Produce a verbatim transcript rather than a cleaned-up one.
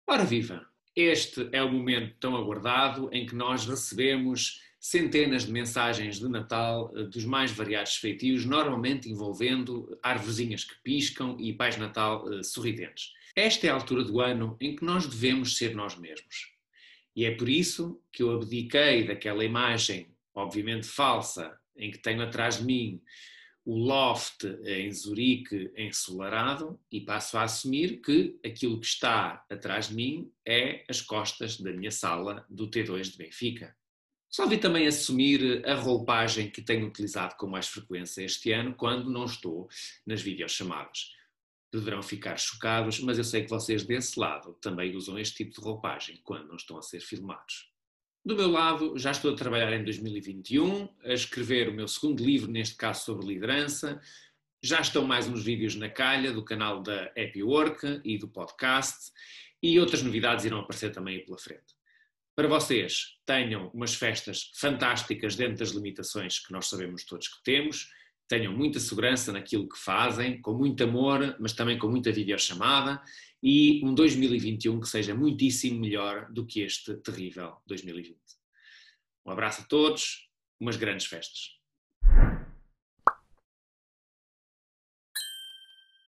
Ora viva! Este é o momento tão aguardado em que nós recebemos centenas de mensagens de Natal eh, dos mais variados feitios, normalmente envolvendo arvorezinhas que piscam e Pais Natal eh, sorridentes. Esta é a altura do ano em que nós devemos ser nós mesmos. E é por isso que eu abdiquei daquela imagem, obviamente falsa, em que tenho atrás de mim o loft em Zurique ensolarado e passo a assumir que aquilo que está atrás de mim é as costas da minha sala do T dois de Benfica. Resolvi também assumir a roupagem que tenho utilizado com mais frequência este ano quando não estou nas videochamadas. Deverão ficar chocados, mas eu sei que vocês desse lado também usam este tipo de roupagem quando não estão a ser filmados. Do meu lado, já estou a trabalhar em dois mil e vinte e um, a escrever o meu segundo livro, neste caso sobre liderança. Já estão mais uns vídeos na calha do canal da Happy Work e do podcast, e outras novidades irão aparecer também aí pela frente. Para vocês, tenham umas festas fantásticas dentro das limitações que nós sabemos todos que temos, tenham muita segurança naquilo que fazem, com muito amor, mas também com muita videochamada, e um dois mil e vinte e um que seja muitíssimo melhor do que este terrível dois mil e vinte. Um abraço a todos, umas grandes festas.